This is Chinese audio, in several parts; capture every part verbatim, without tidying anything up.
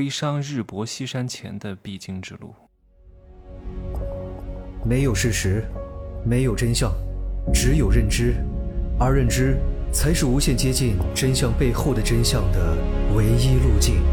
微商日薄西山前的必经之路。 没有事实，没有真相，只有认知，而认知才是无限接近真相背后的真相的唯一路径。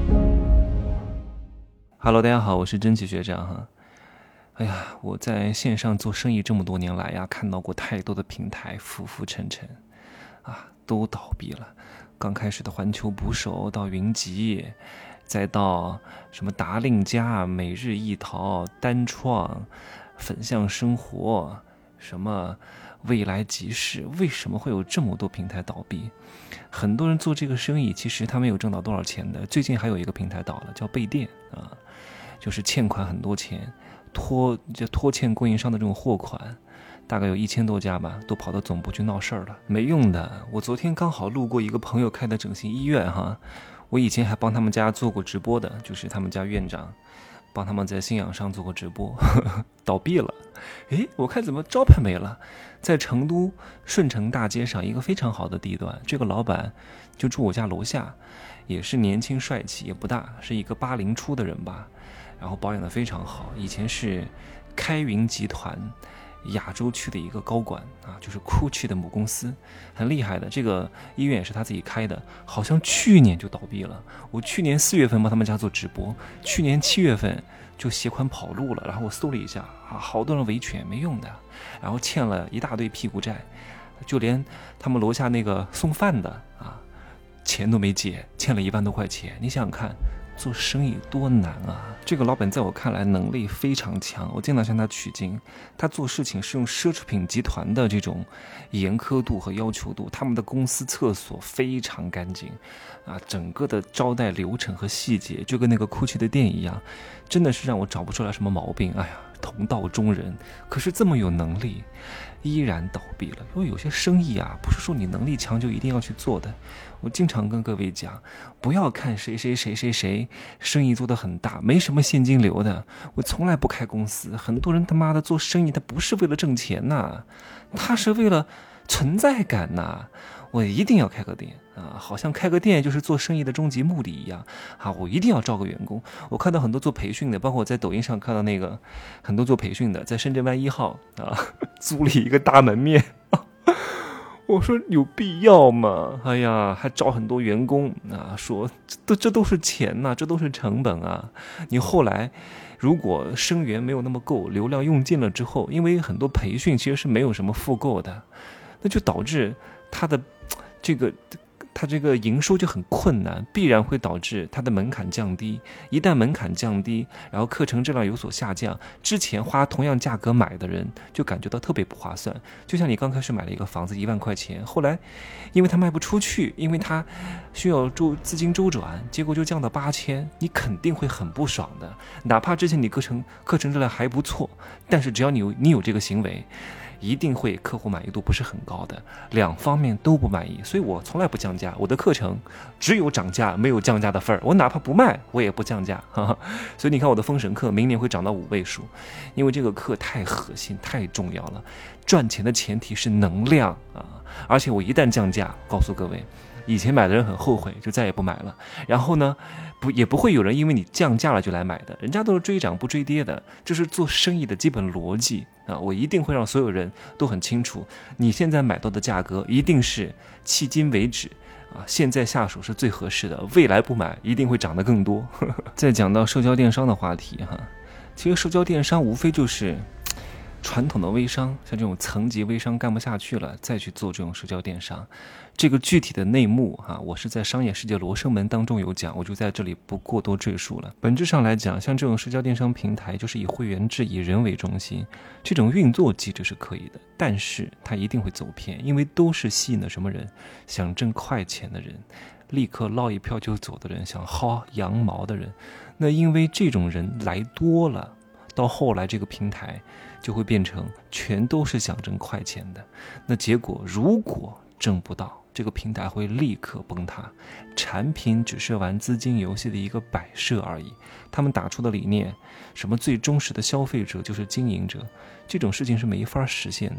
Hello， 大家好，我是真奇学长哈。哎呀，我在线上做生意这么多年来呀，看到过太多的平台浮浮沉沉，啊，都倒闭了。刚开始的环球捕手到云集，再到什么达令家、每日一淘、单创、粉象生活，什么未来集市，为什么会有这么多平台倒闭？很多人做这个生意，其实他没有挣到多少钱的。最近还有一个平台倒了，叫贝店啊，就是欠款很多钱，拖就拖欠供应商的这种货款。大概有一千多家吧，都跑到总部去闹事儿了，没用的。我昨天刚好路过一个朋友开的整形医院哈，我以前还帮他们家做过直播的，就是他们家院长帮他们在信仰上做过直播，呵呵倒闭了。诶，我看怎么招牌没了，在成都顺城大街上一个非常好的地段，这个老板就住我家楼下，也是年轻帅气，也不大，是一个八零初的人吧，然后保养得非常好，以前是开云集团亚洲区的一个高管啊，就是 Gucci 的母公司，很厉害的。这个医院也是他自己开的，好像去年就倒闭了。我去年四月份帮他们家做直播，去年七月份就携款跑路了。然后我搜了一下啊，好多人维权没用的，然后欠了一大堆屁股债，就连他们楼下那个送饭的啊，钱都没结，欠了一万多块钱。你想想看，做生意多难啊！这个老板在我看来能力非常强，我经常向他取经。他做事情是用奢侈品集团的这种严苛度和要求度，他们的公司厕所非常干净啊，整个的招待流程和细节就跟那个 Gucci 的店一样，真的是让我找不出来什么毛病。哎呀，同道中人，可是这么有能力，依然倒闭了。因为有些生意啊，不是说你能力强就一定要去做的。我经常跟各位讲，不要看谁谁谁谁谁生意做得很大，没什么现金流的。我从来不开公司，很多人他妈的做生意，他不是为了挣钱呐，他是为了存在感呐。我一定要开个店啊，好像开个店就是做生意的终极目的一样啊！我一定要招个员工。我看到很多做培训的，包括我在抖音上看到那个很多做培训的，在深圳湾一号啊租了一个大门面。我说有必要吗？哎呀，还招很多员工啊，说这都这都是钱呐、啊，这都是成本啊。你后来如果生源没有那么够，流量用尽了之后，因为很多培训其实是没有什么复购的，那就导致它的这个它这个营收就很困难，必然会导致它的门槛降低。一旦门槛降低，然后课程质量有所下降，之前花同样价格买的人就感觉到特别不划算。就像你刚开始买了一个房子一万块钱，后来因为它卖不出去，因为它需要周资金周转，结果就降到八千，你肯定会很不爽的。哪怕之前你课程课程质量还不错，但是只要你有你有这个行为，一定会客户满意度不是很高的，两方面都不满意。所以我从来不降价，我的课程只有涨价没有降价的份儿，我哪怕不卖我也不降价，哈哈。所以你看我的封神课明年会涨到五位数，因为这个课太核心太重要了，赚钱的前提是能量啊！而且我一旦降价，告诉各位，以前买的人很后悔，就再也不买了。然后呢，不也不会有人因为你降价了就来买的，人家都是追涨不追跌的，这是做生意的基本逻辑啊！我一定会让所有人都很清楚，你现在买到的价格一定是迄今为止啊，现在下手是最合适的，未来不买一定会涨得更多。再讲到社交电商的话题哈，其实社交电商无非就是传统的微商，像这种层级微商干不下去了，再去做这种社交电商。这个具体的内幕哈、啊，我是在商业世界罗生门当中有讲，我就在这里不过多赘述了。本质上来讲，像这种社交电商平台，就是以会员制、以人为中心，这种运作机制是可以的，但是它一定会走偏，因为都是吸引的什么人？想挣快钱的人，立刻捞一票就走的人，想薅羊毛的人。那因为这种人来多了，到后来这个平台就会变成全都是想挣快钱的，那结果如果挣不到，这个平台会立刻崩塌，产品只是玩资金游戏的一个摆设而已。他们打出的理念，什么最忠实的消费者就是经营者，这种事情是没法实现的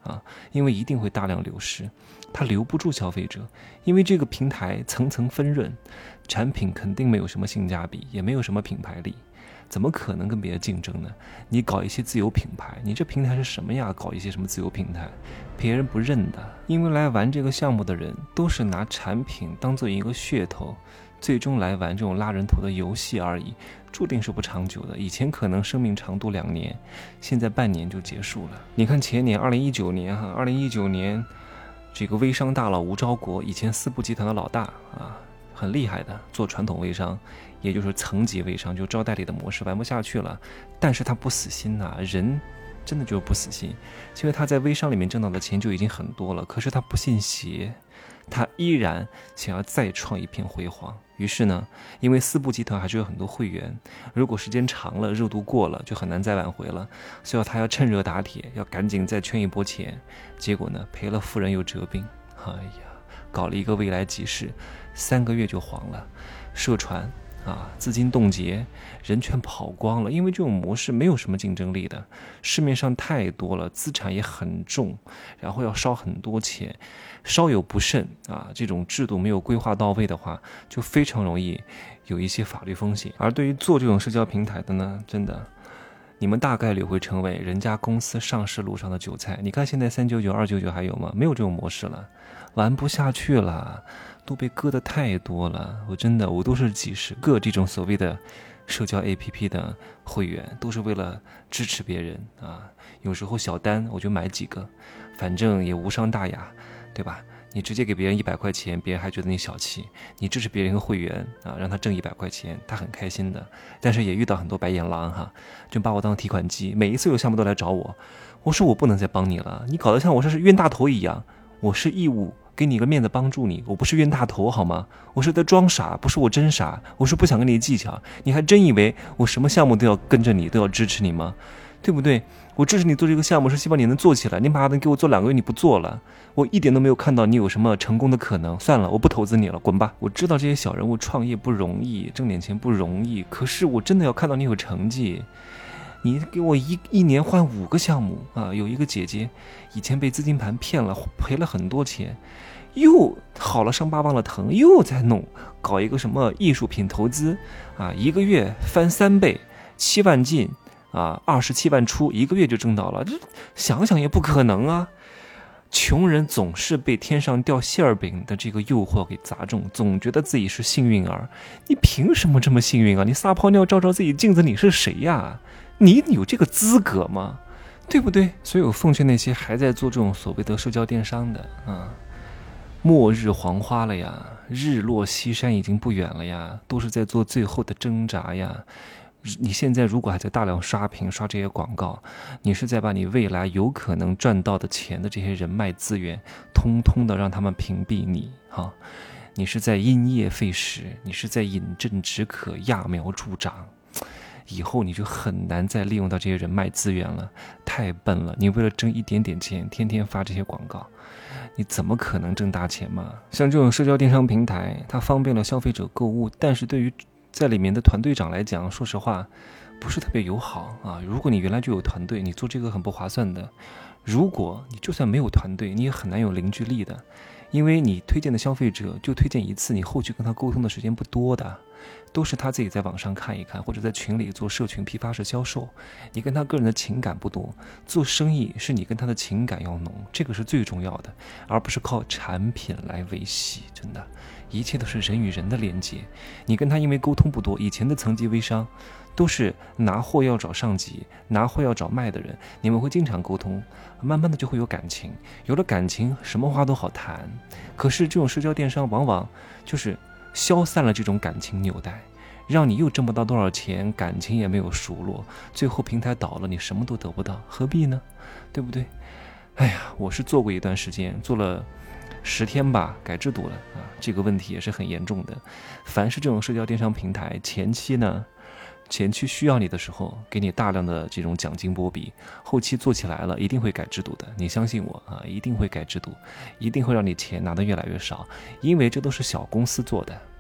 啊，因为一定会大量流失，它留不住消费者，因为这个平台层层分润，产品肯定没有什么性价比，也没有什么品牌力，怎么可能跟别人竞争呢？你搞一些自有品牌，你这平台是什么呀？搞一些什么自有平台，别人不认的。因为来玩这个项目的人都是拿产品当做一个噱头，最终来玩这种拉人头的游戏而已，注定是不长久的。以前可能生命长度两年，现在半年就结束了。你看前年二零一九年哈，二零一九年这个微商大佬吴钊国，以前四部集团的老大啊，很厉害的，做传统微商，也就是层级微商，就招代理的模式玩不下去了，但是他不死心呐、啊，人真的就是不死心，因为他在微商里面挣到的钱就已经很多了，可是他不信邪，他依然想要再创一片辉煌。于是呢，因为四部集团还是有很多会员，如果时间长了，热度过了，就很难再挽回了，所以他要趁热打铁，要赶紧再圈一波钱。结果呢，赔了夫人又折兵，哎呀，搞了一个未来集市，三个月就黄了，社传啊，资金冻结，人全跑光了。因为这种模式没有什么竞争力的，市面上太多了，资产也很重，然后要烧很多钱，稍有不慎啊，这种制度没有规划到位的话，就非常容易有一些法律风险。而对于做这种社交平台的呢，真的，你们大概率会成为人家公司上市路上的韭菜。你看现在三九九、二九九还有吗？没有这种模式了，玩不下去了，都被割得太多了。我真的，我都是几十个这种所谓的社交 A P P 的会员，都是为了支持别人啊。有时候小单我就买几个，反正也无伤大雅，对吧？你直接给别人一百块钱，别人还觉得你小气；你支持别人一个会员啊，让他挣一百块钱，他很开心的。但是也遇到很多白眼狼哈，就把我当提款机，每一次有项目都来找我，我说我不能再帮你了，你搞得像我这是冤大头一样，我是义务给你个面子帮助你，我不是冤大头好吗？我是在装傻，不是我真傻，我是不想跟你计较。你还真以为我什么项目都要跟着你，都要支持你吗？对不对？我支持你做这个项目是希望你能做起来，你妈的给我做两个月你不做了，我一点都没有看到你有什么成功的可能，算了，我不投资你了，滚吧。我知道这些小人物创业不容易，挣点钱不容易，可是我真的要看到你有成绩。你给我一一年换五个项目啊！有一个姐姐以前被资金盘骗了，赔了很多钱，又好了伤疤忘了疼，又在弄搞一个什么艺术品投资啊，一个月翻三倍，七万进啊，二十七万出，一个月就挣到了，这想想也不可能啊！穷人总是被天上掉馅儿饼的这个诱惑给砸中，总觉得自己是幸运儿。你凭什么这么幸运啊？你撒泡尿照照自己镜子，你是谁呀？你有这个资格吗？对不对？所以我奉劝那些还在做这种所谓的社交电商的啊，末日黄花了呀，日落西山已经不远了呀，都是在做最后的挣扎呀。你现在如果还在大量刷屏刷这些广告，你是在把你未来有可能赚到的钱的这些人脉资源通通的让他们屏蔽你哈，你是在因噎废食，你是在饮鸩止渴，揠苗助长，以后你就很难再利用到这些人脉资源了，太笨了。你为了挣一点点钱天天发这些广告，你怎么可能挣大钱嘛？像这种社交电商平台，它方便了消费者购物，但是对于在里面的团队长来讲，说实话不是特别友好啊。如果你原来就有团队，你做这个很不划算的。如果你就算没有团队，你也很难有凝聚力的，因为你推荐的消费者就推荐一次，你后续跟他沟通的时间不多的，都是他自己在网上看一看，或者在群里做社群批发式销售，你跟他个人的情感不多。做生意是你跟他的情感要浓，这个是最重要的，而不是靠产品来维系。真的，一切都是人与人的连接。你跟他因为沟通不多，以前的层级微商都是拿货要找上级，拿货要找卖的人，你们会经常沟通，慢慢的就会有感情，有了感情什么话都好谈。可是这种社交电商往往就是消散了这种感情纽带，让你又挣不到多少钱，感情也没有熟络，最后平台倒了，你什么都得不到，何必呢？对不对？哎呀，我是做过一段时间，做了十天吧，改制度了啊，这个问题也是很严重的。凡是这种社交电商平台，前期呢，前期需要你的时候，给你大量的这种奖金波比，后期做起来了，一定会改制度的。你相信我啊，一定会改制度，一定会让你钱拿得越来越少，因为这都是小公司做的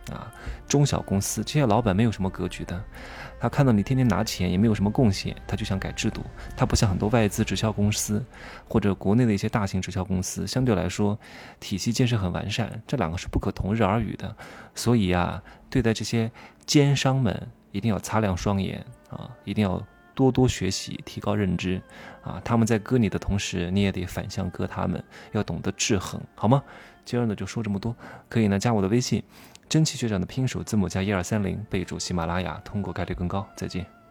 啊，中小公司这些老板没有什么格局的，他看到你天天拿钱也没有什么贡献，他就想改制度。他不像很多外资直销公司或者国内的一些大型直销公司，相对来说体系建设很完善，这两个是不可同日而语的。所以啊，对待这些奸商们一定要擦亮双眼啊，一定要多多学习，提高认知啊！他们在割你的同时，你也得反向割他们，要懂得制衡，好吗？今儿呢就说这么多，可以呢加我的微信，真奇学长的拼手字母加一二三零，备注喜马拉雅，通过概率更高。再见。